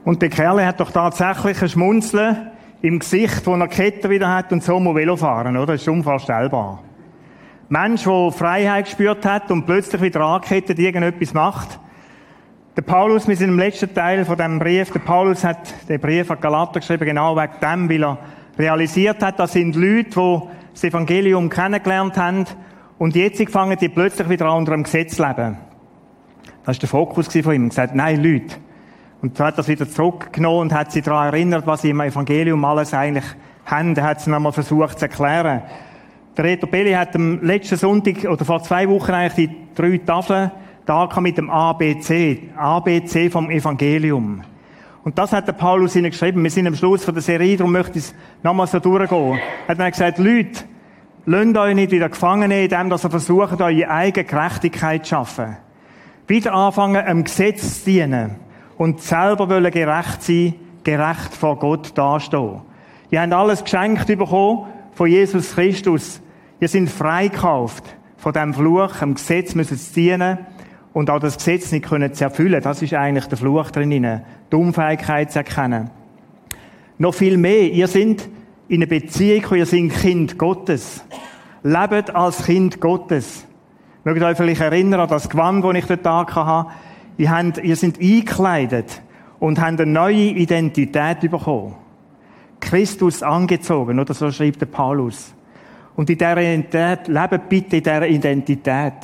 Und der Kerl hat doch tatsächlich ein Schmunzeln im Gesicht, wo er die Kette wieder hat und so muss Velo fahren, oder? Das ist unvorstellbar. Mensch, der Freiheit gespürt hat und plötzlich wieder angekettet irgendetwas macht. Der Paulus, wir sind im letzten Teil von diesem Brief, der Paulus hat den Brief an Galater geschrieben, genau wegen dem, weil er realisiert hat, das sind Leute, die das Evangelium kennengelernt haben und jetzt fangen die plötzlich wieder an unter dem Gesetz zu leben. Das war der Fokus von ihm. Er hat gesagt, nein, Leute. Und so hat er das wieder zurückgenommen und hat sie daran erinnert, was sie im Evangelium alles eigentlich haben. Er hat es nochmal versucht zu erklären. Der Reto Belli hat am letzten Sonntag, oder vor 2 Wochen eigentlich die 3 Tafeln da mit dem ABC. ABC vom Evangelium. Und das hat der Paulus ihnen geschrieben. Wir sind am Schluss von der Serie, darum möchte ich es nochmal so durchgehen. Er hat dann gesagt, Leute, lasst euch nicht wieder gefangen nehmen, indem ihr versucht, eure eigene Gerechtigkeit zu schaffen. Wieder anfangen, dem Gesetz zu dienen. Und selber wollen gerecht sein, gerecht vor Gott dastehen. Ihr habt alles geschenkt bekommen von Jesus Christus. Ihr seid freigekauft von diesem Fluch, dem Gesetz müssen zu dienen und auch das Gesetz nicht können zu erfüllen. Das ist eigentlich der Fluch drin, die Unfähigkeit zu erkennen. Noch viel mehr, ihr seid in einer Beziehung, ihr seid Kind Gottes. Lebt als Kind Gottes. Mögt ihr euch vielleicht erinnern an das Gewand, das ich dort hatte. Ihr seid eingekleidet und habt eine neue Identität bekommen. Christus angezogen, oder so schreibt der Paulus. Und in dieser Identität, lebt bitte in dieser Identität.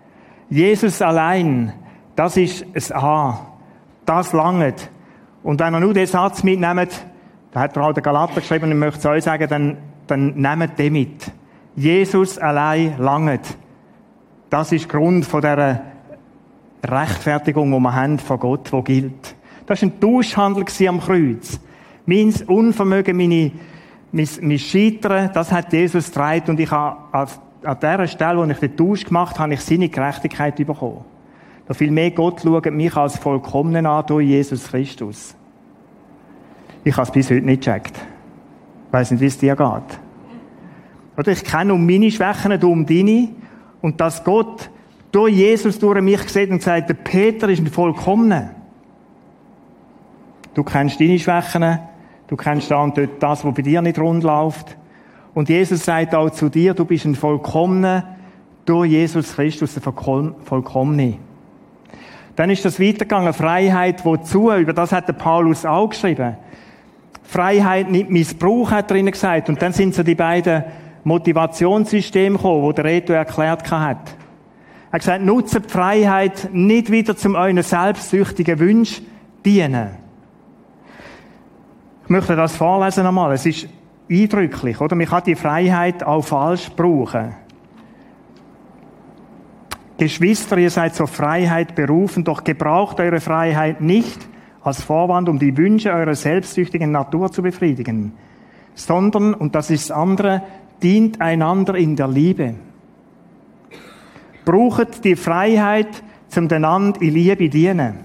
Jesus allein, das ist ein A. Das langt. Und wenn ihr nur den Satz mitnehmt, da hat auch der Galater geschrieben, ich möchte es euch sagen, dann nehmt den mit. Jesus allein langt. Das ist der Grund von dieser Rechtfertigung, die wir haben von Gott, die gilt. Das war ein Tauschhandel am Kreuz. Mein Unvermögen, mein Scheitern, das hat Jesus getragen und ich habe an der Stelle, wo ich den Tausch gemacht habe, ich seine Gerechtigkeit bekommen. Noch viel mehr Gott schaut mich als Vollkommenen an durch Jesus Christus. Ich habe es bis heute nicht gecheckt. Ich weiss nicht, wie es dir geht. Oder ich kenne um meine Schwächen, du um deine. Und dass Gott durch Jesus durch mich sieht und sagt, der Peter ist ein Vollkommener. Du kennst deine Schwächen, du kennst da und dort das, was bei dir nicht rund läuft. Und Jesus sagt auch zu dir, du bist ein Vollkommener, durch Jesus Christus, ein Vollkommener. Dann ist das weitergegangen, Freiheit, wozu? Über das hat der Paulus auch geschrieben. Freiheit nicht Missbrauch, hat er ihnen gesagt. Und dann sind so die beiden Motivationssysteme gekommen, die der Reto erklärt hat. Er hat gesagt, nutzt die Freiheit nicht wieder zum euren selbstsüchtigen Wunsch dienen. Ich möchte das vorlesen nochmal. Es ist eindrücklich, oder? Man kann die Freiheit auch falsch brauchen. Geschwister, ihr seid zur Freiheit berufen, doch gebraucht eure Freiheit nicht als Vorwand, um die Wünsche eurer selbstsüchtigen Natur zu befriedigen, sondern, und das ist das andere, dient einander in der Liebe. Braucht die Freiheit zum einander in Liebe dienen.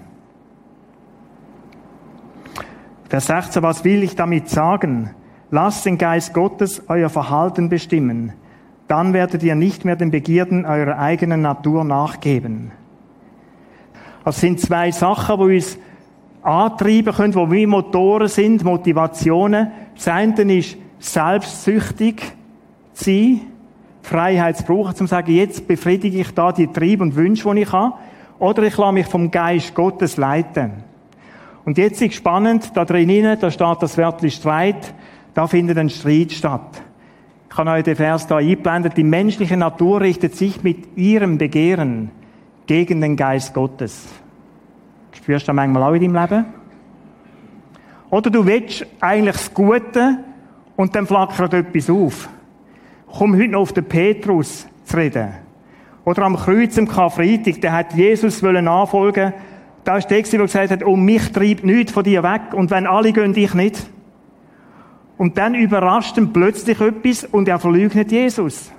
Vers 16, was will ich damit sagen? Lasst den Geist Gottes euer Verhalten bestimmen. Dann werdet ihr nicht mehr den Begierden eurer eigenen Natur nachgeben. Das sind 2 Sachen, die uns antreiben können, die wie Motoren sind, Motivationen. Das eine ist, selbstsüchtig zu sein, Freiheit zu brauchen, um zu sagen, jetzt befriedige ich da die Triebe und Wünsche, die ich habe. Oder ich lasse mich vom Geist Gottes leiten. Und jetzt ist spannend, da drinnen, da steht das Wörtchen Streit, da findet ein Streit statt. Ich habe euch den Vers da eingeblendet. Die menschliche Natur richtet sich mit ihrem Begehren gegen den Geist Gottes. Spürst du das manchmal auch in deinem Leben? Oder du willst eigentlich das Gute und dann flackert etwas auf. Komm heute noch auf den Petrus zu reden. Oder am Kreuz am Karfreitag, der hat Jesus nachfolgen. Da ist der, der gesagt hat, mich treibt nichts von dir weg und wenn alle gehen, ich nicht. Und dann überrascht ihn plötzlich etwas und er verleugnet Jesus.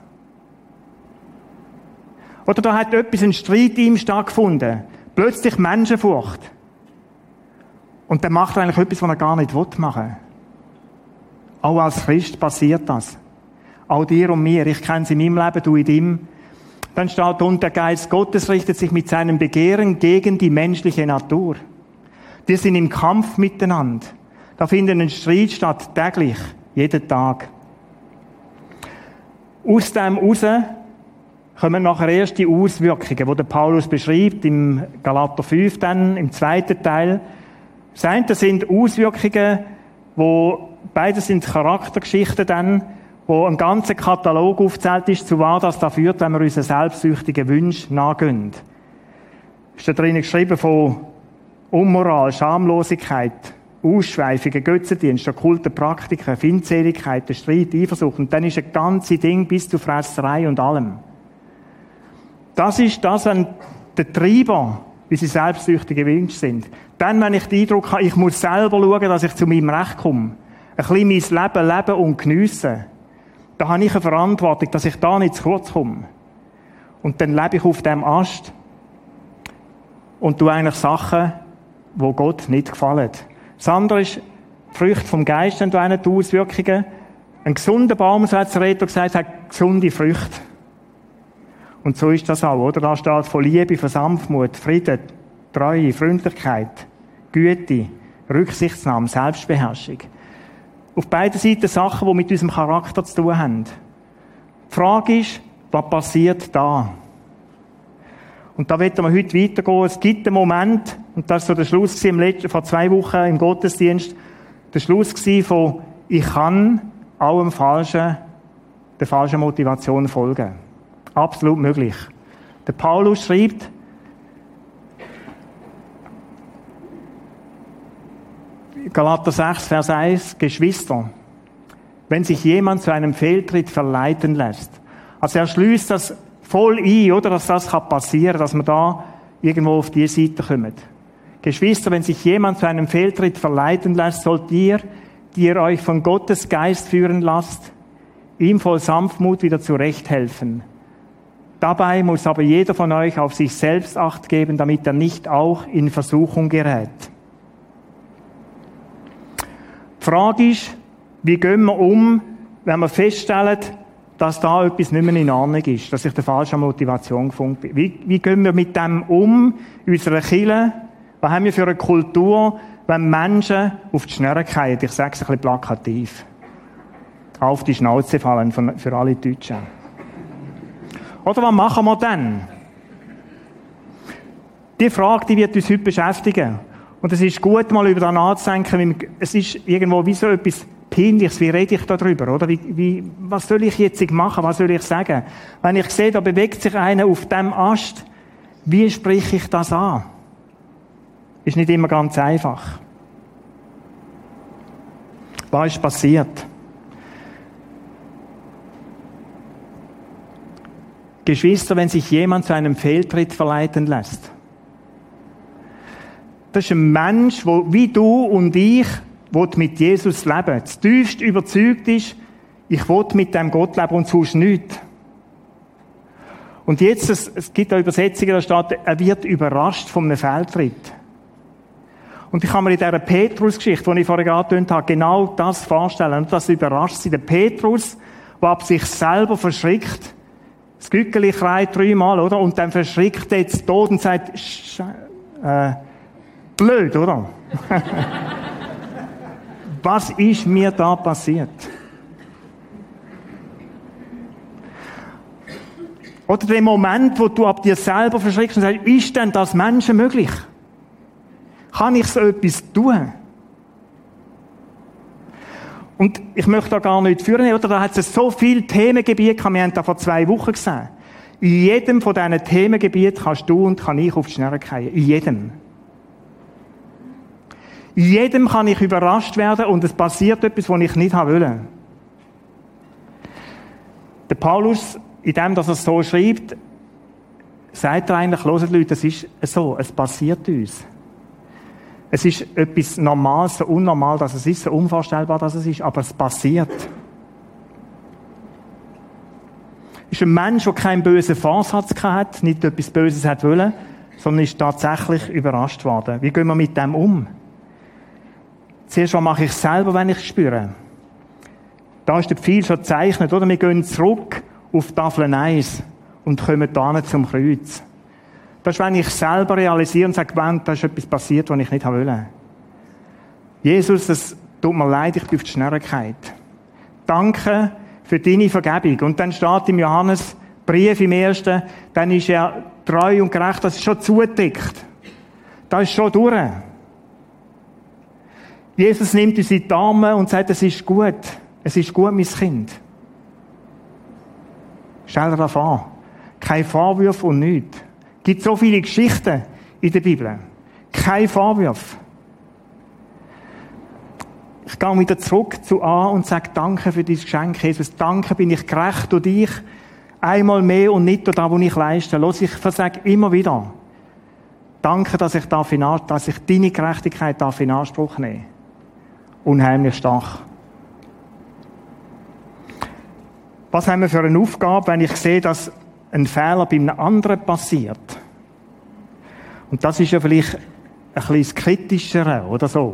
Oder da hat ein Streit in ihm stattgefunden. Plötzlich Menschenfurcht. Und dann macht er eigentlich etwas, was er gar nicht machen will. Auch als Christ passiert das. Auch dir und mir. Ich kenne es in meinem Leben, du in deinem. Dann steht unter, der Geist Gottes richtet sich mit seinem Begehren gegen die menschliche Natur. Die sind im Kampf miteinander. Da findet ein Streit statt, täglich, jeden Tag. Aus dem heraus kommen nachher erst die Auswirkungen, die der Paulus beschreibt, im Galater 5 dann, im zweiten Teil. Das eine sind Auswirkungen, beides sind Charaktergeschichten dann, wo ein ganzer Katalog aufgezählt ist, zu was das da führt, wenn wir unseren selbstsüchtigen Wünschen nachgehen. Ist da drin geschrieben von Unmoral, Schamlosigkeit, Ausschweifungen, Götzendienst, okkulte Praktiken, Feindseligkeit, Streit, Eifersucht. Und dann ist ein ganzes Ding bis zu Fresserei und allem. Das ist das, wenn der Treiber, wie sie selbstsüchtige Wünsche sind. Dann, wenn ich den Eindruck habe, ich muss selber schauen, dass ich zu meinem Recht komme. Ein bisschen mein Leben leben und geniessen. Da habe ich eine Verantwortung, dass ich da nicht zu kurz komme. Und dann lebe ich auf dem Ast und tue eigentlich Sachen, die Gott nicht gefallen. Das andere ist, die Früchte vom Geist haben da die Auswirkungen. Ein gesunder Baum, so hat der Reto gesagt, hat gesunde Früchte. Und so ist das auch, oder? Da steht von Liebe, von Sanftmut, Frieden, Treue, Freundlichkeit, Güte, Rücksichtsnahme, Selbstbeherrschung. Auf beiden Seiten Sachen, die mit unserem Charakter zu tun haben. Die Frage ist, was passiert da? Und da wollen wir heute weitergehen. Es gibt einen Moment, und das war so der Schluss vor 2 Wochen im Gottesdienst, der Schluss von, ich kann auch der falschen Motivation folgen. Absolut möglich. Der Paulus schreibt, Galater 6, Vers 1, Geschwister, wenn sich jemand zu einem Fehltritt verleiten lässt. Also er schließt das voll ein, oder, dass das passieren kann, dass man da irgendwo auf die Seite kommt. Geschwister, wenn sich jemand zu einem Fehltritt verleiten lässt, sollt ihr, die ihr euch von Gottes Geist führen lasst, ihm voll Sanftmut wieder zurechthelfen. Dabei muss aber jeder von euch auf sich selbst Acht geben, damit er nicht auch in Versuchung gerät. Die Frage ist, wie gehen wir um, wenn wir feststellen, dass da etwas nicht mehr in Ordnung ist, dass ich der falschen Motivation gefunden bin. Wie gehen wir mit dem um, in unserer Kirche? Was haben wir für eine Kultur, wenn Menschen auf die Schnurren fallen? Ich sage es ein bisschen plakativ. Auf die Schnauze fallen für alle Deutschen. Oder was machen wir dann? Die Frage, die wird uns heute beschäftigen. Und es ist gut, mal über das nachzudenken. Es ist irgendwo wie so etwas Peinliches. Wie rede ich darüber, oder? Was soll ich jetzt machen? Was soll ich sagen? Wenn ich sehe, da bewegt sich einer auf dem Ast, wie spreche ich das an? Ist nicht immer ganz einfach. Was ist passiert? Geschwister, wenn sich jemand zu einem Fehltritt verleiten lässt. Das ist ein Mensch, der wie du und ich mit Jesus leben. Zutiefst überzeugt ist, ich will mit dem Gott leben und sonst nichts. Und jetzt, es gibt eine Übersetzung, da steht, er wird überrascht von einem Fehltritt. Und ich kann mir in dieser Petrus-Geschichte, die ich vorher angetönt habe, genau das vorstellen. Und das überrascht sie. Der Petrus, der ab sich selber verschrickt, das Gückeli schreit 3-mal, oder? Und dann verschrickt er jetzt tot und sagt, blöd, oder? Was ist mir da passiert? Oder der Moment, wo du ab dir selber verschrickst und sagst, ist denn das menschenmöglich? Kann ich so etwas tun? Und ich möchte da gar nicht führen, oder? Da hat es so viele Themengebiete gehabt. Wir haben da vor 2 Wochen gesehen. In jedem von diesen Themengebieten kannst du und kann ich auf die Schnurren fallen. In jedem. In jedem kann ich überrascht werden und es passiert etwas, was ich nicht haben wollte. Der Paulus, in dem, dass er es so schreibt, sagt er eigentlich, hört Leute, es ist so, es passiert uns. Es ist etwas Normales, so unnormal, dass es ist, so unvorstellbar, dass es ist, aber es passiert. Es ist ein Mensch, der keinen bösen Vorsatz hat, nicht etwas Böses hat wollen, sondern ist tatsächlich überrascht worden. Wie gehen wir mit dem um? Zuerst, was mache ich selber, wenn ich es spüre? Da ist der Pfeil schon gezeichnet, oder? Wir gehen zurück auf Tafel 1 und kommen da zum Kreuz. Das ist, wenn ich selber realisiere und sage, da ist etwas passiert, was ich nicht wollte. Jesus, es tut mir leid, ich bin auf die Schnelligkeit. Danke für deine Vergebung. Und dann steht im Johannesbrief im 1., dann ist er treu und gerecht, das ist schon zugedeckt. Das ist schon durch. Jesus nimmt uns in die Arme und sagt, es ist gut, mein Kind. Stell dir das an. Kein Vorwurf und nichts. Es gibt so viele Geschichten in der Bibel. Kein Vorwurf. Ich gehe wieder zurück zu A und sage Danke für dein Geschenk, Jesus. Danke, bin ich gerecht durch dich. Einmal mehr und nicht durch das, was ich leiste. Los, ich versage immer wieder. Danke, dass ich deine Gerechtigkeit in Anspruch nehmen darf. Unheimlich stark. Was haben wir für eine Aufgabe, wenn ich sehe, dass ein Fehler bei einem anderen passiert? Und das ist ja vielleicht ein bisschen das Kritischere oder so.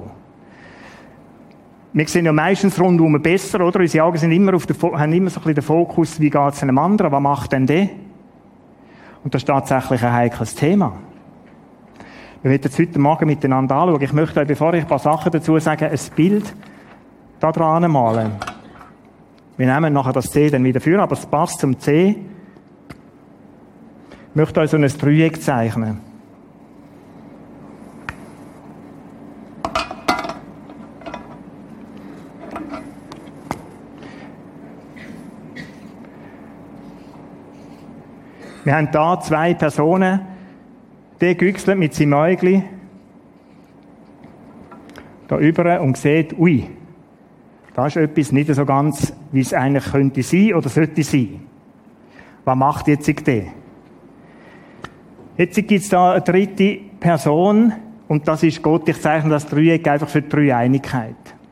Wir sehen ja meistens rundum besser, oder? Unsere Augen sind haben immer so ein bisschen den Fokus, wie geht es einem anderen, was macht denn der? Und das ist tatsächlich ein heikles Thema. Wir werden es heute Morgen miteinander anschauen. Ich möchte euch, bevor ich ein paar Sachen dazu sage, ein Bild da dran malen. Wir nehmen nachher das C dann wieder für, aber es passt zum C. Ich möchte euch so ein Dreieck zeichnen. Wir haben da 2 Personen, der güchselt mit seinem Äugli da über und sieht, ui, da ist etwas nicht so ganz, wie es eigentlich könnte sein oder sollte sein. Was macht jetzt der? Jetzt gibt es da eine dritte Person und das ist Gott. Ich zeichne das Dreieck einfach für die Dreieinigkeit.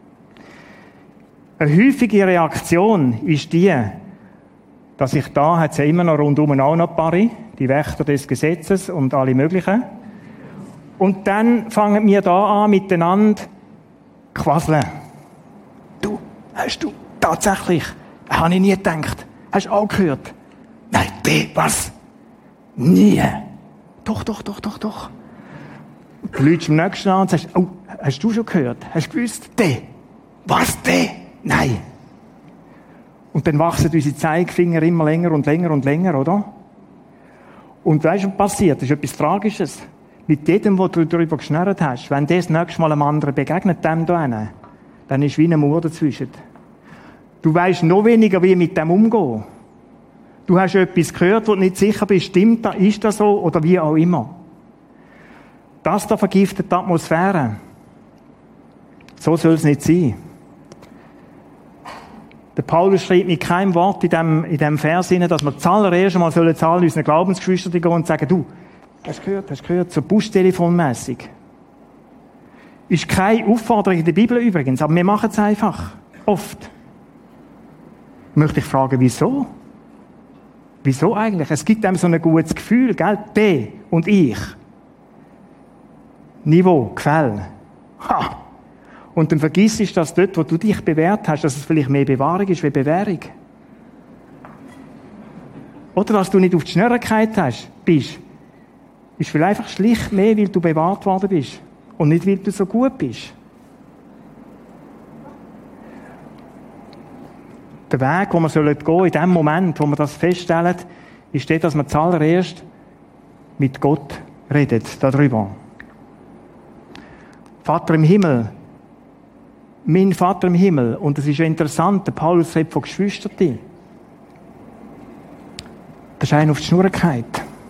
Eine häufige Reaktion ist die, dass ich da, hat es ja immer noch rundum auch noch Paare, die Wächter des Gesetzes und alle möglichen. Und dann fangen wir da an, miteinander quasseln. Du, hast du tatsächlich, habe ich nie gedacht, hast du auch gehört? Nein, was? Nie. Doch. Du läutst am nächsten an und sagst, oh, hast du schon gehört? Hast du gewusst? Was? Nein. Und dann wachsen unsere Zeigefinger immer länger und länger, oder? Und weißt du, was passiert? Das ist etwas Tragisches. Mit jedem, wo du darüber geschnurrt hast, wenn der das nächste Mal einem anderen begegnet, dem da hinten, dann ist wie eine Mauer dazwischen. Du weisst noch weniger, wie mit dem umgehen. Du hast etwas gehört, wo du nicht sicher bist, stimmt das, ist das so, oder wie auch immer. Das da vergiftet die Atmosphäre. So soll es nicht sein. Der Paulus schreibt mit keinem Wort in dem Vers hinein, dass wir zuallererst einmal sollen zu allen unseren Glaubensgeschwistern gehen und sagen, du, hast du gehört, so Busstelefonmässig. Ist keine Aufforderung in der Bibel übrigens, aber wir machen es einfach. Oft. Möchte ich fragen, wieso? Wieso eigentlich? Es gibt einem so ein gutes Gefühl, gell? Der und ich. Niveau, Gefälle. Ha! Und dann vergisst du, dass dort, wo du dich bewährt hast, dass es vielleicht mehr Bewahrung ist wie Bewährung. Oder dass du nicht auf die Schnelligkeit bist. Ist vielleicht einfach schlicht mehr, weil du bewahrt worden bist. Und nicht, weil du so gut bist. Der Weg, den wir gehen sollen, in dem Moment, wo wir das feststellen, ist der, dass wir zuallererst mit Gott redet darüber. Vater im Himmel, mein Vater im Himmel, und es ist ja interessant, der Paulus redet von Geschwistern. Das ist einer auf die Schnurrigkeit.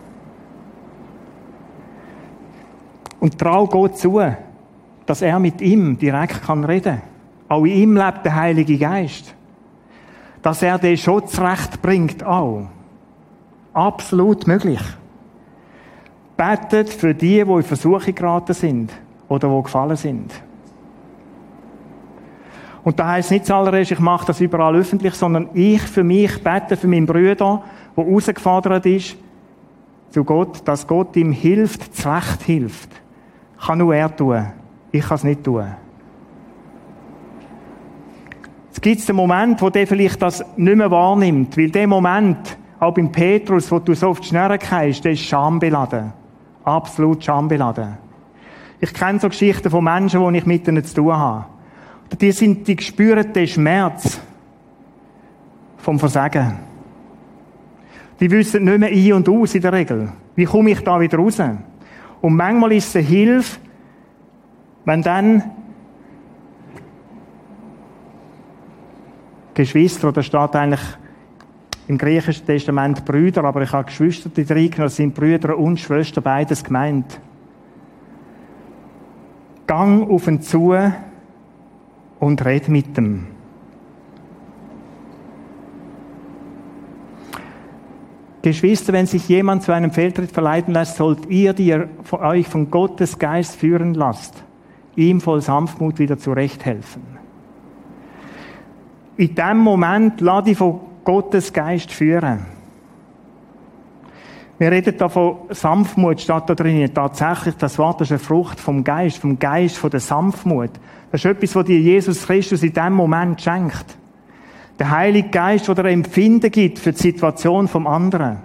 Und trau Gott zu, dass er mit ihm direkt reden kann. Auch in ihm lebt der Heilige Geist. Dass er den Schutzrecht bringt auch. Absolut möglich. Betet für die in Versuchung geraten sind oder die gefallen sind. Und da heisst nicht zuallererst, ich mache das überall öffentlich, sondern ich für mich bete für meinen Bruder, der herausgefordert ist, zu Gott, dass Gott ihm hilft, zurecht hilft. Kann nur er tun. Ich kann es nicht tun. Es gibt den Moment, wo der vielleicht das nicht mehr wahrnimmt, weil der Moment, auch beim Petrus, wo du so auf die Schnelle gehst, der ist schambeladen. Absolut schambeladen. Ich kenne so Geschichten von Menschen, die ich mit ihnen zu tun habe. Die spüren den Schmerz vom Versagen. Die wissen nicht mehr ein und aus in der Regel. Wie komme ich da wieder raus? Und manchmal ist es eine Hilfe, wenn dann Geschwister, oder steht eigentlich im Griechischen Testament Brüder, aber ich habe Geschwister drin genommen, das sind Brüder und Schwestern, beides gemeint. Gang auf ihn zu und red mit ihm. Geschwister, wenn sich jemand zu einem Fehltritt verleiten lässt, sollt ihr, die ihr euch von Gottes Geist führen lasst, ihm voll Sanftmut wieder zurechthelfen. In dem Moment lass dich von Gottes Geist führen. Wir reden da von Sanftmut, steht da drin. Tatsächlich, das Wort ist eine Frucht vom Geist von der Sanftmut. Das ist etwas, was dir Jesus Christus in dem Moment schenkt. Der Heilige Geist, der dir Empfinden gibt für die Situation vom anderen.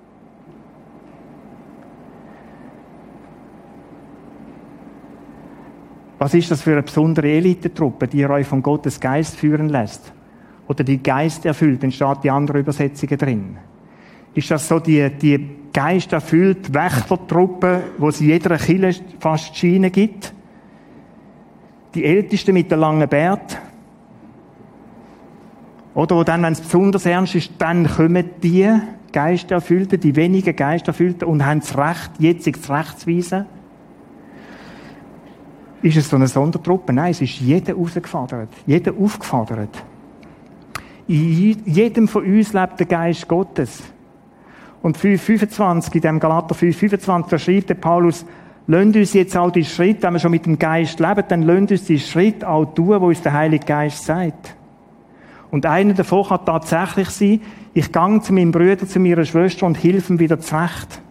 Was ist das für eine besondere Elitetruppe, die ihr euch von Gottes Geist führen lässt? Oder die Geist erfüllt, dann steht die andere Übersetzungen drin. Ist das so die Geist erfüllt Wächtertruppe, wo es in jeder Kirche fast Schiene gibt? Die Ältesten mit den langen Bärten? Oder wo dann, wenn es besonders ernst ist, dann kommen die Geisterfüllten, die wenigen Geisterfüllten und haben das Recht, jetzt das Recht zu weisen. Ist es so eine Sondertruppe? Nein, es ist jeder herausgefordert, jeder aufgefordert. In jedem von uns lebt der Geist Gottes. Und 5,25, in dem Galater 5,25, da schreibt der Paulus, lasst uns jetzt auch die Schritte, wenn wir schon mit dem Geist leben, dann lasst uns die Schritte auch tun, wo uns der Heilige Geist sagt. Und einer davon kann tatsächlich sein, ich gehe zu meinem Bruder, zu meiner Schwester und helfe ihm wieder zurecht.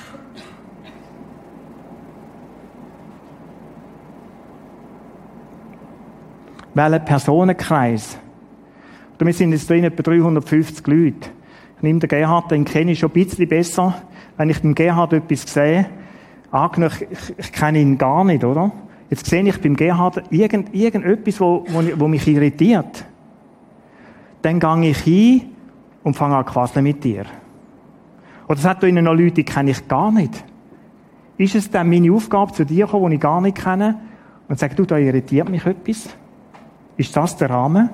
Welcher Personenkreis? Wir sind jetzt drin etwa 350 Leute. Ich nehme den Gerhard, den kenne ich schon ein bisschen besser. Wenn ich dem Gerhard etwas sehe, angenommen, ich kenne ihn gar nicht, oder? Jetzt sehe ich beim Gerhard irgendetwas, wo mich irritiert. Dann gehe ich hin und fange an zu quasseln mit dir. Oder es hat da innen noch Leute, die kenne ich gar nicht. Ist es dann meine Aufgabe, zu dir zu kommen, die ich gar nicht kenne, und sage, du, da irritiert mich etwas? Ist das der Rahmen?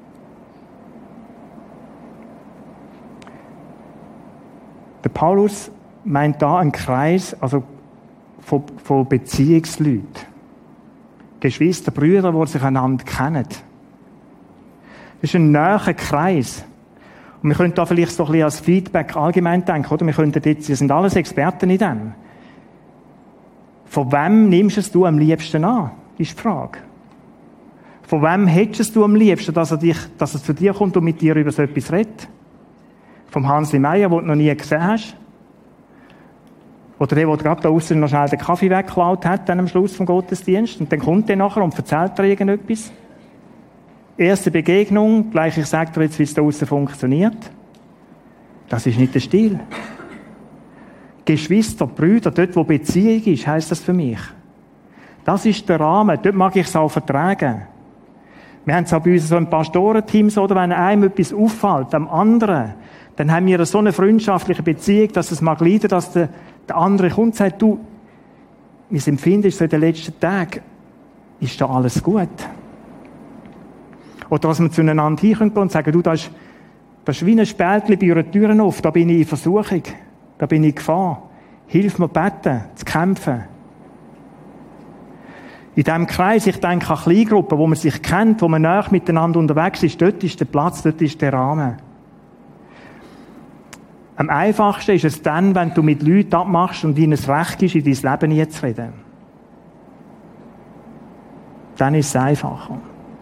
Der Paulus meint da einen Kreis, also von Beziehungsleuten. Geschwister, Brüder, die sich einander kennen. Das ist ein naher Kreis. Und wir können da vielleicht so ein bisschen als Feedback allgemein denken, oder? Wir könnten jetzt, wir sind alles Experten in dem. Von wem nimmst du am liebsten an? Ist die Frage. Von wem hättest du am liebsten, dass er zu dir kommt und mit dir über so etwas redet? Vom Hansli Meier, den du noch nie gesehen hast? Oder der gerade da außen noch schnell den Kaffee weggeklaut hat, dann am Schluss vom Gottesdienst. Und dann kommt der nachher und erzählt dir irgendetwas. Erste Begegnung, gleich ich sage dir jetzt, wie es da außen funktioniert. Das ist nicht der Stil. Geschwister, Brüder, dort wo Beziehung ist, heisst das für mich. Das ist der Rahmen, dort mag ich es auch vertragen. Wir haben es auch bei uns so ein Pastorenteam so, oder wenn einem etwas auffällt, am anderen, dann haben wir so eine freundschaftliche Beziehung, dass es mag leiden, dass der andere kommt und sagt, du, mein Empfinden ist so in den letzten Tagen, ist da alles gut? Oder dass wir zueinander hinkommen und sagen, du, das ist wie ein Spältchen bei euren Türen auf, da bin ich in Versuchung, da bin ich in Gefahr. Hilf mir beten, zu kämpfen. In diesem Kreis, ich denke an Kleingruppen, wo man sich kennt, wo man näher miteinander unterwegs ist, dort ist der Platz, dort ist der Rahmen. Am einfachsten ist es dann, wenn du mit Leuten abmachst und ihnen das Recht ist, in dein Leben hineinzureden. Dann ist es einfacher.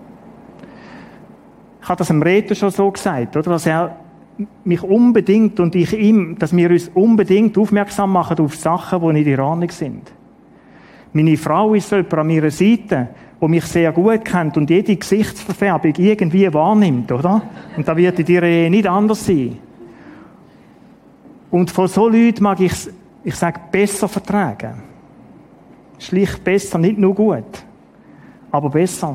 Ich habe das dem Reto schon so gesagt, oder? Dass er mich unbedingt und ich ihm, dass wir uns unbedingt aufmerksam machen auf Sachen, die nicht in Ordnung sind. Meine Frau ist so jemand an meiner Seite, die mich sehr gut kennt und jede Gesichtsverfärbung irgendwie wahrnimmt, oder? Und da wird in ihrer Ehe nicht anders sein. Und von so Leuten mag ich sage, besser vertragen. Schlicht besser, nicht nur gut, aber besser.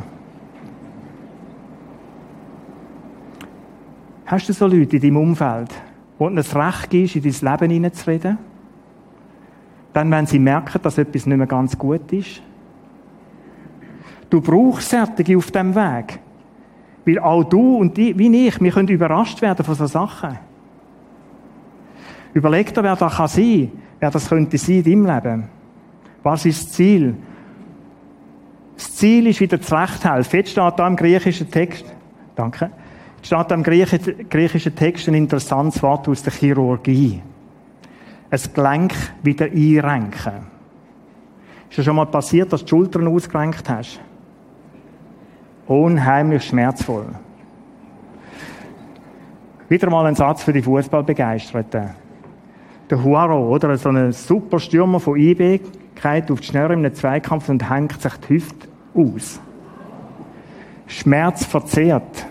Hast du so Leute in deinem Umfeld, wo du das Recht gibst, in dein Leben hineinzureden? Dann, wenn sie merken, dass etwas nicht mehr ganz gut ist? Du brauchst Sättige auf diesem Weg. Weil auch du und ich, wie ich, wir können überrascht werden von solchen Sachen. Überleg dir, wer das kann sein, wer das könnte sein in deinem Leben. Was ist das Ziel? Das Ziel ist wieder zurechthelfen. Jetzt steht da im griechischen Text, danke, jetzt steht da im griechischen Text ein interessantes Wort aus der Chirurgie. Ein Gelenk wieder einrenken. Ist dir schon mal passiert, dass du die Schultern ausgerenkt hast? Unheimlich schmerzvoll. Wieder mal ein Satz für die Fußballbegeisterten. Der Huaro, oder? So ein super Stürmer von IB, geht auf die Schnur in einem Zweikampf und hängt sich die Hüfte aus. Schmerzverzerrt.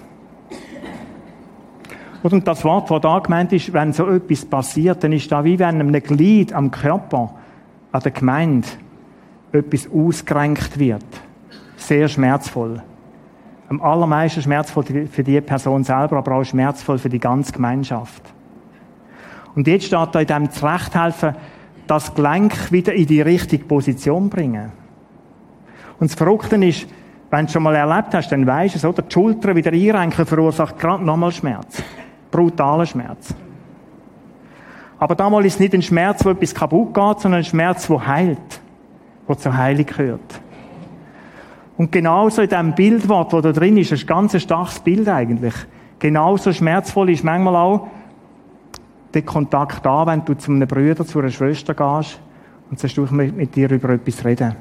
Und das Wort, das da gemeint ist, wenn so etwas passiert, dann ist da wie wenn einem Glied am Körper, an der Gemeinde, etwas ausgerenkt wird. Sehr schmerzvoll. Am allermeisten schmerzvoll für die Person selber, aber auch schmerzvoll für die ganze Gemeinschaft. Und jetzt steht da in diesem Zurechthelfen, das Gelenk wieder in die richtige Position bringen. Und das Verrückte ist, wenn du es schon mal erlebt hast, dann weisst du es, oder? Die Schulter wieder einrenken verursacht gerade nochmal Schmerz. Brutalen Schmerz. Aber damals ist es nicht ein Schmerz, wo etwas kaputt geht, sondern ein Schmerz, der heilt. Der zur Heilung gehört. Und genauso in diesem Bildwort, das da drin ist, ein ganz starkes Bild eigentlich. Genauso schmerzvoll ist manchmal auch der Kontakt da, wenn du zu einem Bruder, zu einer Schwester gehst und sagst, ich möchte mit dir über etwas reden.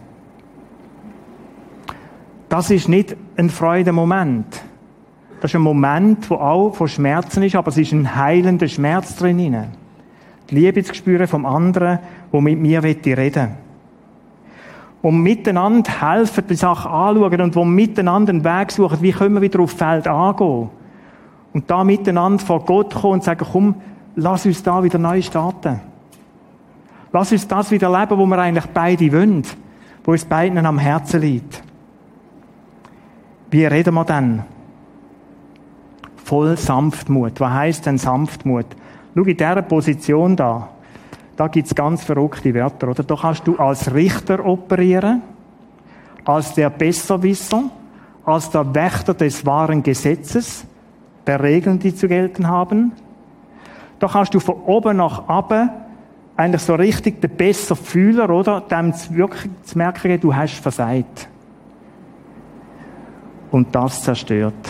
Das ist nicht ein Freudenmoment. Das ist ein Moment, der auch von Schmerzen ist, aber es ist ein heilender Schmerz drin. Die Liebe zu spüren vom anderen, der mit mir reden will. Und miteinander helfen, die Sache anschauen und wo miteinander einen Weg suchen, wie können wir wieder auf Feld angehen. Und da miteinander vor Gott kommen und sagen, komm, lass uns da wieder neu starten. Lass uns das wieder leben, wo wir eigentlich beide wollen, wo uns beiden am Herzen liegt. Wie reden wir dann? Voll Sanftmut. Was heisst denn Sanftmut? Schau, in dieser Position da gibt es ganz verrückte Wörter, oder? Da kannst du als Richter operieren, als der Besserwisser, als der Wächter des wahren Gesetzes, der Regeln, die zu gelten haben. Da kannst du von oben nach unten eigentlich so richtig den Besserfühler, oder? Dem wirklich zu merken, du hast versagt. Und das zerstört.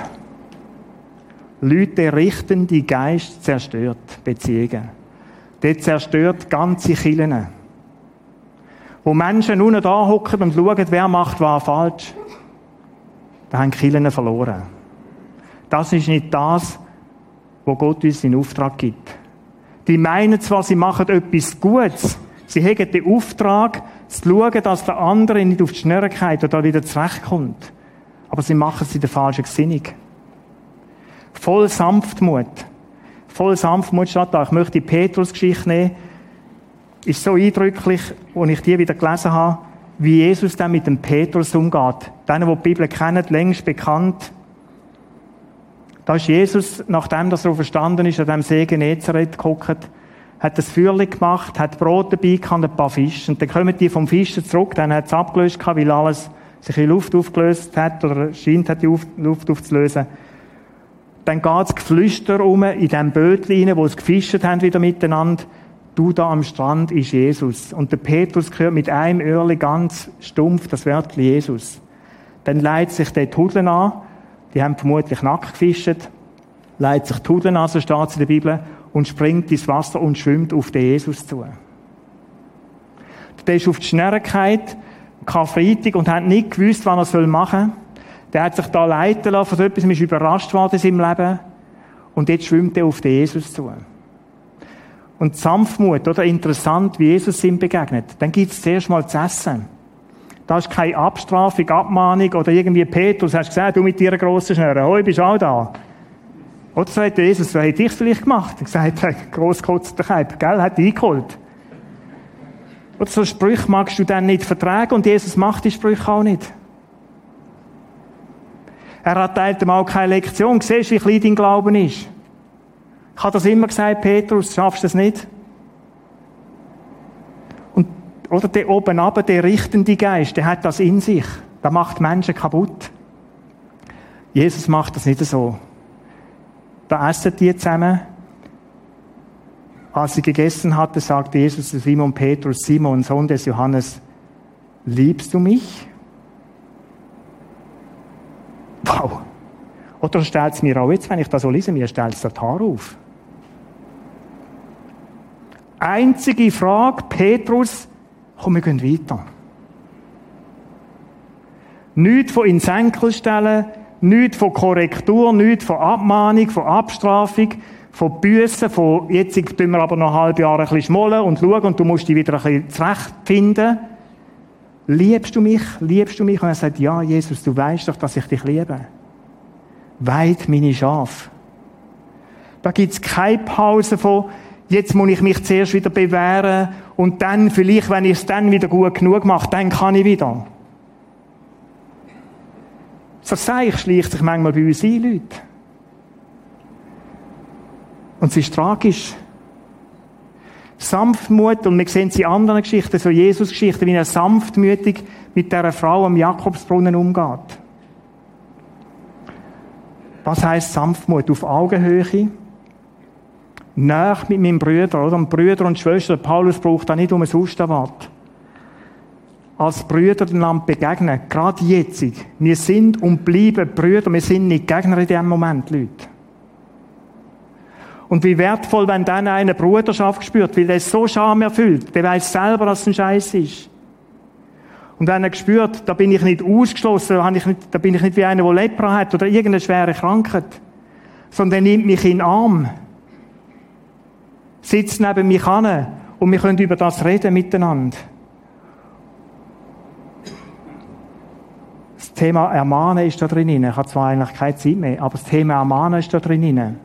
Leute richten, die Geist zerstört Beziehungen. Das zerstört ganze Kirchen. Wo Menschen nur noch da hocken und schauen, wer macht was falsch, da haben Kirchen verloren. Das ist nicht das, was Gott uns in Auftrag gibt. Die meinen zwar, sie machen etwas Gutes. Sie haben den Auftrag, zu schauen, dass der andere nicht auf die Schnur geht oder wieder zurechtkommt. Aber sie machen es in der falschen Gesinnung. Voll Sanftmut. Voll Sanftmut steht da. Ich möchte die Petrus-Geschichte nehmen. Ist so eindrücklich, als ich die wieder gelesen habe, wie Jesus dann mit dem Petrus umgeht. Denen, die die Bibel kennen, längst bekannt. Da ist Jesus, nachdem er verstanden ist, an dem See Genezareth gehockt, hat das Feuerchen gemacht, hat Brot dabei gehabt und ein paar Fische. Und dann kommen die vom Fischen zurück, dann hat es abgelöst gehabt, weil alles sich in Luft aufgelöst hat, oder scheint hat, die Luft aufzulösen. Dann geht das Geflüster in dem Bötchen rein, wo sie gefischt haben wieder miteinander. Du da am Strand ist Jesus. Und der Petrus hört mit einem Öhrchen ganz stumpf das Wörtchen Jesus. Dann leitet sich der die Hudeln an. Die haben vermutlich nackt gefischt. Leitet sich die Hudeln an, so steht es in der Bibel, und springt ins Wasser und schwimmt auf den Jesus zu. Der ist auf die Schnelligkeit, Karfreitag, und hat nicht gewusst, was er machen soll. Der hat sich da leiten lassen von etwas, ist überrascht worden in seinem Leben. Und jetzt schwimmt er auf den Jesus zu. Und Sanftmut, oder? Interessant, wie Jesus ihm begegnet. Dann gibt es zuerst mal zu essen. Da ist keine Abstrafung, Abmahnung oder irgendwie Petrus, hast gesagt, du mit deiner grossen Schnurre, hoi, bist du auch da? Oder sagt Jesus, was hätte ich vielleicht gemacht? Er hat gesagt, grosskotzter Keib, gell, hat eingeholt. Oder so Sprüche magst du dann nicht vertragen und Jesus macht die Sprüche auch nicht. Er erteilt ihm auch keine Lektion. Siehst du, wie klein dein Glauben ist? Ich habe das immer gesagt, Petrus, schaffst du das nicht? Und, oder der oben runter, der richtende Geist, der hat das in sich. Der macht Menschen kaputt. Jesus macht das nicht so. Da essen die zusammen. Als sie gegessen hatte, sagte Jesus zu Simon Petrus: Simon, Sohn des Johannes, liebst du mich? Wow. Oder stellt es mir auch jetzt, wenn ich das so lese, mir stellt es das Haar auf. Einzige Frage, Petrus, komm, wir gehen weiter. Nichts von in Senkel stellen, nichts von Korrektur, nichts von Abmahnung, von Abstrafung, von Büssen, von jetzt tun wir aber noch ein halbes Jahr ein bisschen schmollen und schauen und du musst dich wieder ein bisschen zurechtfinden. Liebst du mich? Liebst du mich? Und er sagt, ja, Jesus, du weißt doch, dass ich dich liebe. Weid meine Schafe. Da gibt's keine Pause von, jetzt muss ich mich zuerst wieder bewähren und dann, vielleicht, wenn ich es dann wieder gut genug mache, dann kann ich wieder. So schleicht sich manchmal bei uns ein, Leute. Und es ist tragisch. Sanftmut, und wir sehen es in anderen Geschichten, so Jesus-Geschichten, wie er sanftmütig mit dieser Frau am Jakobsbrunnen umgeht. Was heisst Sanftmut? Auf Augenhöhe. Näher mit meinem Bruder, oder? Und Brüder und Schwestern, Paulus braucht da nicht um ein Ausstewart. Als Brüder einander begegnen, gerade jetzt. Wir sind und bleiben Brüder, wir sind nicht Gegner in diesem Moment, Leute. Und wie wertvoll, wenn dann einer Bruderschaft spürt, weil er es so Scham erfüllt, der weiß selber, dass es ein Scheiß ist. Und wenn er spürt, da bin ich nicht ausgeschlossen, da bin ich nicht wie einer, der Lepra hat oder irgendeine schwere Krankheit, sondern er nimmt mich in den Arm, sitzt neben mich an und wir können über das reden miteinander. Das Thema Ermahnen ist da drin. Ich habe zwar eigentlich keine Zeit mehr, aber das Thema Ermahnen ist da drin.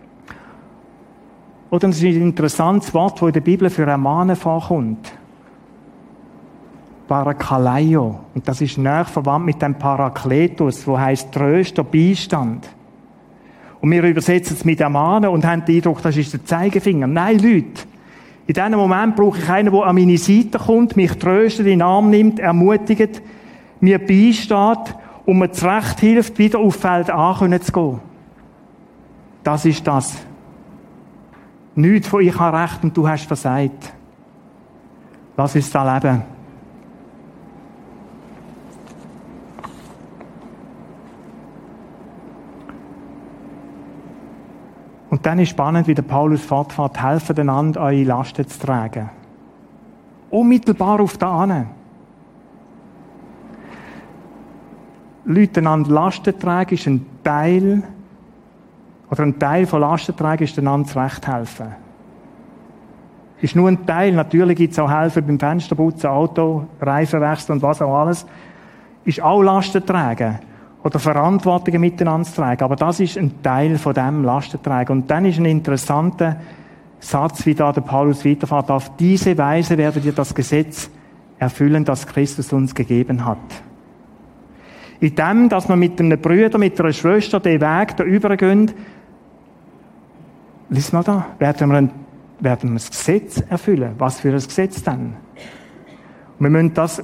Oder es ist ein interessantes Wort, das in der Bibel für Ermahnen vorkommt. Parakaleio. Und das ist näher verwandt mit dem Parakletus, wo heisst Tröster, Beistand. Und wir übersetzen es mit Ermahnen und haben den Eindruck, das ist der Zeigefinger. Nein, Leute. In diesem Moment brauche ich einen, der an meine Seite kommt, mich tröstet, in den Arm nimmt, ermutigt, mir beisteht und mir zurecht hilft, wieder auf Feld A zu gehen. Das ist das. Nichts von ich habe recht und du hast versagt. Lass uns da leben. Und dann ist spannend, wie der Paulus fortfährt, helfen einander, eure Lasten zu tragen. Unmittelbar auf da an. Leute einander Lasten tragen ist ein Teil von Lasten tragen ist einander zurechthelfen. Ist nur ein Teil. Natürlich gibt es auch Helfen beim Fensterputzen, Auto, Reifenwechsel und was auch alles. Ist auch Lasten tragen. Oder Verantwortungen miteinander zu tragen. Aber das ist ein Teil von dem Lastentragen. Und dann ist ein interessanter Satz, wie da der Paulus weiterfährt. Auf diese Weise werdet ihr das Gesetz erfüllen, das Christus uns gegeben hat. In dem, dass wir mit einem Bruder, mit einer Schwester den Weg da übergehen, lies mal da, werden wir das Gesetz erfüllen. Was für ein Gesetz denn? Und wir müssen das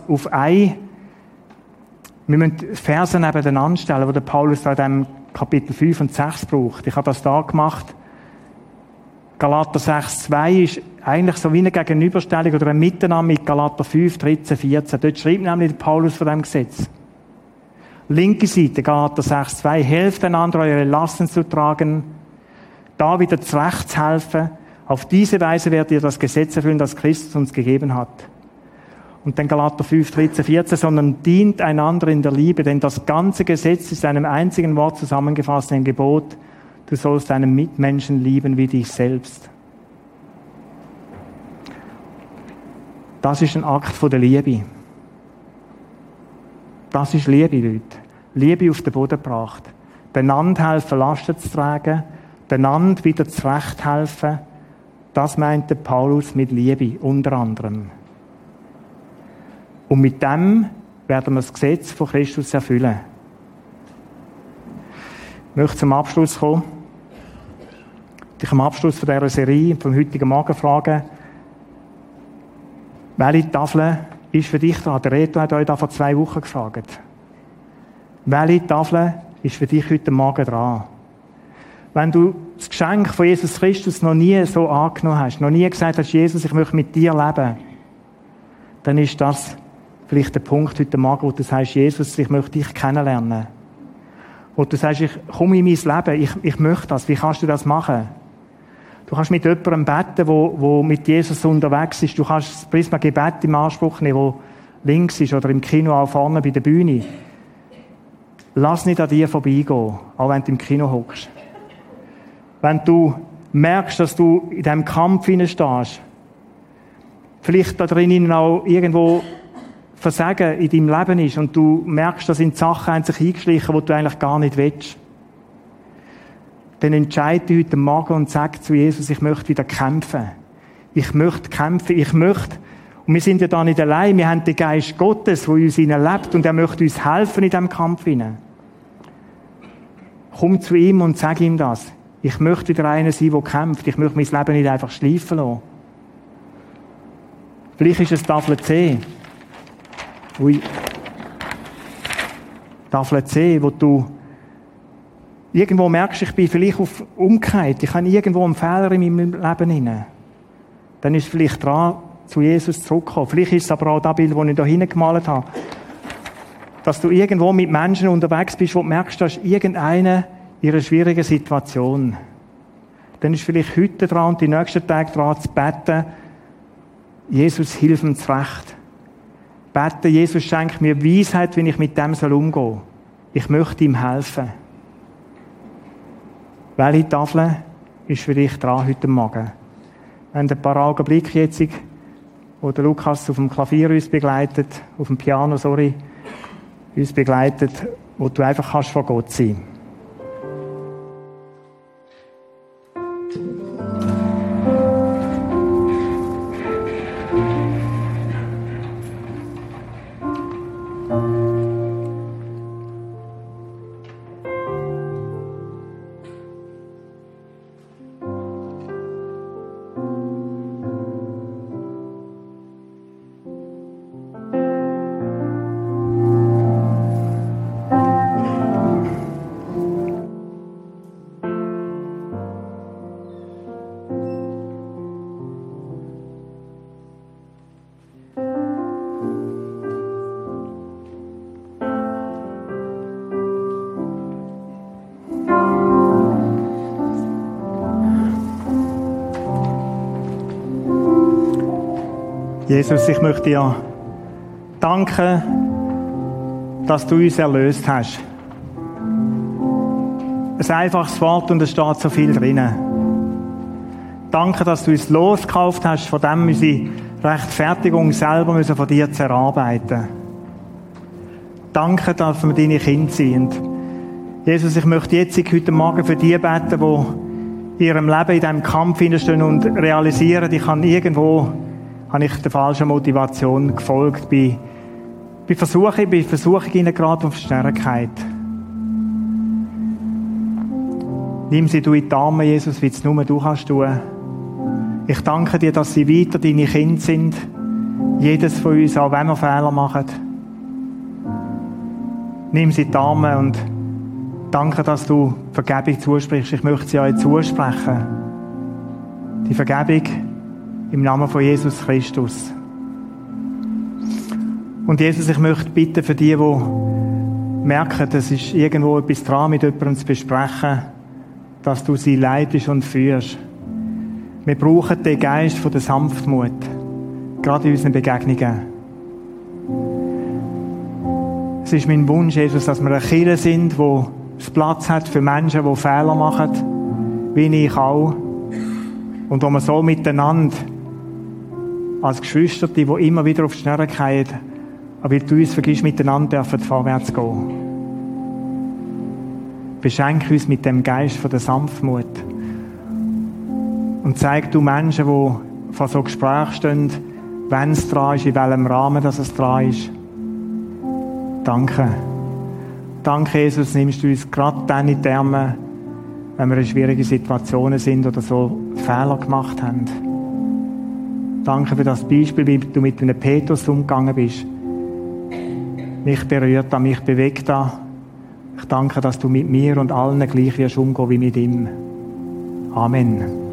wir müssen Verse nebeneinander stellen, die der Paulus da in dem Kapitel 5 und 6 braucht. Ich habe das da gemacht. Galater 6,2 ist eigentlich so wie eine Gegenüberstellung oder ein Miteinander mit Galater 5, 13, 14. Dort schreibt nämlich der Paulus von dem Gesetz. Linke Seite, Galater 6,2, helft einander, eure Lasten zu tragen, da wieder zurechtzuhelfen. Auf diese Weise werdet ihr das Gesetz erfüllen, das Christus uns gegeben hat. Und dann Galater 5, 13, 14, sondern dient einander in der Liebe, denn das ganze Gesetz ist in einem einzigen Wort zusammengefasst, im Gebot, du sollst deinen Mitmenschen lieben wie dich selbst. Das ist ein Akt von der Liebe. Das ist Liebe, Leute. Liebe auf den Boden gebracht. Beieinander helfen, Lasten zu tragen, beieinander wieder zurechthelfen. Das meint der Paulus mit Liebe, unter anderem. Und mit dem werden wir das Gesetz von Christus erfüllen. Ich möchte zum Abschluss kommen. Dich am Abschluss von dieser Serie, vom heutigen Morgen fragen, welche Tafel ist für dich da? Der Reto hat euch da vor 2 Wochen gefragt. Welche Tafel ist für dich heute Morgen dran? Wenn du das Geschenk von Jesus Christus noch nie so angenommen hast, noch nie gesagt hast, Jesus, ich möchte mit dir leben, dann ist das vielleicht der Punkt heute Morgen, wo du sagst, Jesus, ich möchte dich kennenlernen. Wo du sagst, ich komme in mein Leben, ich möchte das. Wie kannst du das machen? Du kannst mit jemandem beten, wo mit Jesus unterwegs ist. Du kannst das Prisma-Gebet im Anspruch nehmen, wo links ist oder im Kino auch vorne bei der Bühne. Lass nicht an dir vorbeigehen, auch wenn du im Kino hockst. Wenn du merkst, dass du in diesem Kampf stehst, vielleicht da drinnen auch irgendwo Versagen in deinem Leben ist und du merkst, dass in Sachen haben sich eingeschlichen, die du eigentlich gar nicht willst, dann entscheide dich heute Morgen und sag zu Jesus, ich möchte wieder kämpfen. Ich möchte kämpfen, und wir sind ja da nicht allein, wir haben den Geist Gottes, der in uns lebt und er möchte uns helfen in diesem Kampf hinein. Komm zu ihm und sag ihm das. Ich möchte wieder einer sein, der kämpft. Ich möchte mein Leben nicht einfach schleifen lassen. Vielleicht ist es Tafel C. Tafel C, wo du irgendwo merkst, ich bin vielleicht auf Umkehr, ich habe irgendwo einen Fehler in meinem Leben hinein. Dann ist es vielleicht dran, zu Jesus zurückzukommen. Vielleicht ist es aber auch das Bild, das ich da hinten gemalt habe. Dass du irgendwo mit Menschen unterwegs bist, wo du merkst, da ist irgendeine in einer schwierigen Situation. Dann ist vielleicht heute dran und die nächsten Tage dran zu beten, Jesus, hilf mir zurecht. Beten, Jesus, schenk mir Weisheit, wie ich mit dem umgehen soll. Ich möchte ihm helfen. Welche Tafel ist für dich dran heute Morgen? Wir haben ein paar Augenblicke jetzt, wo der Lukas auf dem Klavier uns begleitet, auf dem Piano, uns begleitet, wo du einfach kannst vor Gott sein. Jesus, ich möchte dir danken, dass du uns erlöst hast. Ein einfaches Wort und es steht so viel drinnen. Danke, dass du uns losgekauft hast, von dem unsere Rechtfertigung selber müssen von dir zu erarbeiten. Danke, dass wir deine Kinder sind. Jesus, ich möchte jetzt heute Morgen für die beten, die in ihrem Leben in diesem Kampf stehen und realisieren, ich habe der falschen Motivation gefolgt, bei Versuchung ihnen gerade auf Stärkheit. Nimm sie du in die Arme, Jesus, wie es nur du kannst tun. Ich danke dir, dass sie weiter deine Kinder sind. Jedes von uns, auch wenn wir Fehler machen. Nimm sie in die Arme und danke, dass du Vergebung zusprichst. Ich möchte sie euch zusprechen. Die Vergebung im Namen von Jesus Christus. Und Jesus, ich möchte bitten für die merken, es ist irgendwo etwas dran, mit jemandem zu besprechen, dass du sie leitest und führst. Wir brauchen den Geist von der Sanftmut, gerade in unseren Begegnungen. Es ist mein Wunsch, Jesus, dass wir eine Kirche sind, die Platz hat für Menschen, die Fehler machen, wie ich auch, und wo wir so miteinander als Geschwister, die immer wieder auf die Schnelle fallen, aber weil du uns vergisst, miteinander dürfen vorwärts gehen. Beschenke uns mit dem Geist von der Sanftmut. Und zeig du Menschen, die vor so Gesprächen stehen, wenn es dran ist, in welchem Rahmen dass es dran ist. Danke. Danke, Jesus, nimmst du uns gerade dann in die Arme, wenn wir in schwierigen Situationen sind oder so Fehler gemacht haben. Danke für das Beispiel, wie du mit einem Petrus umgegangen bist. Mich berührt an, mich bewegt an. Ich danke, dass du mit mir und allen gleich wirst umgehen wie mit ihm. Amen.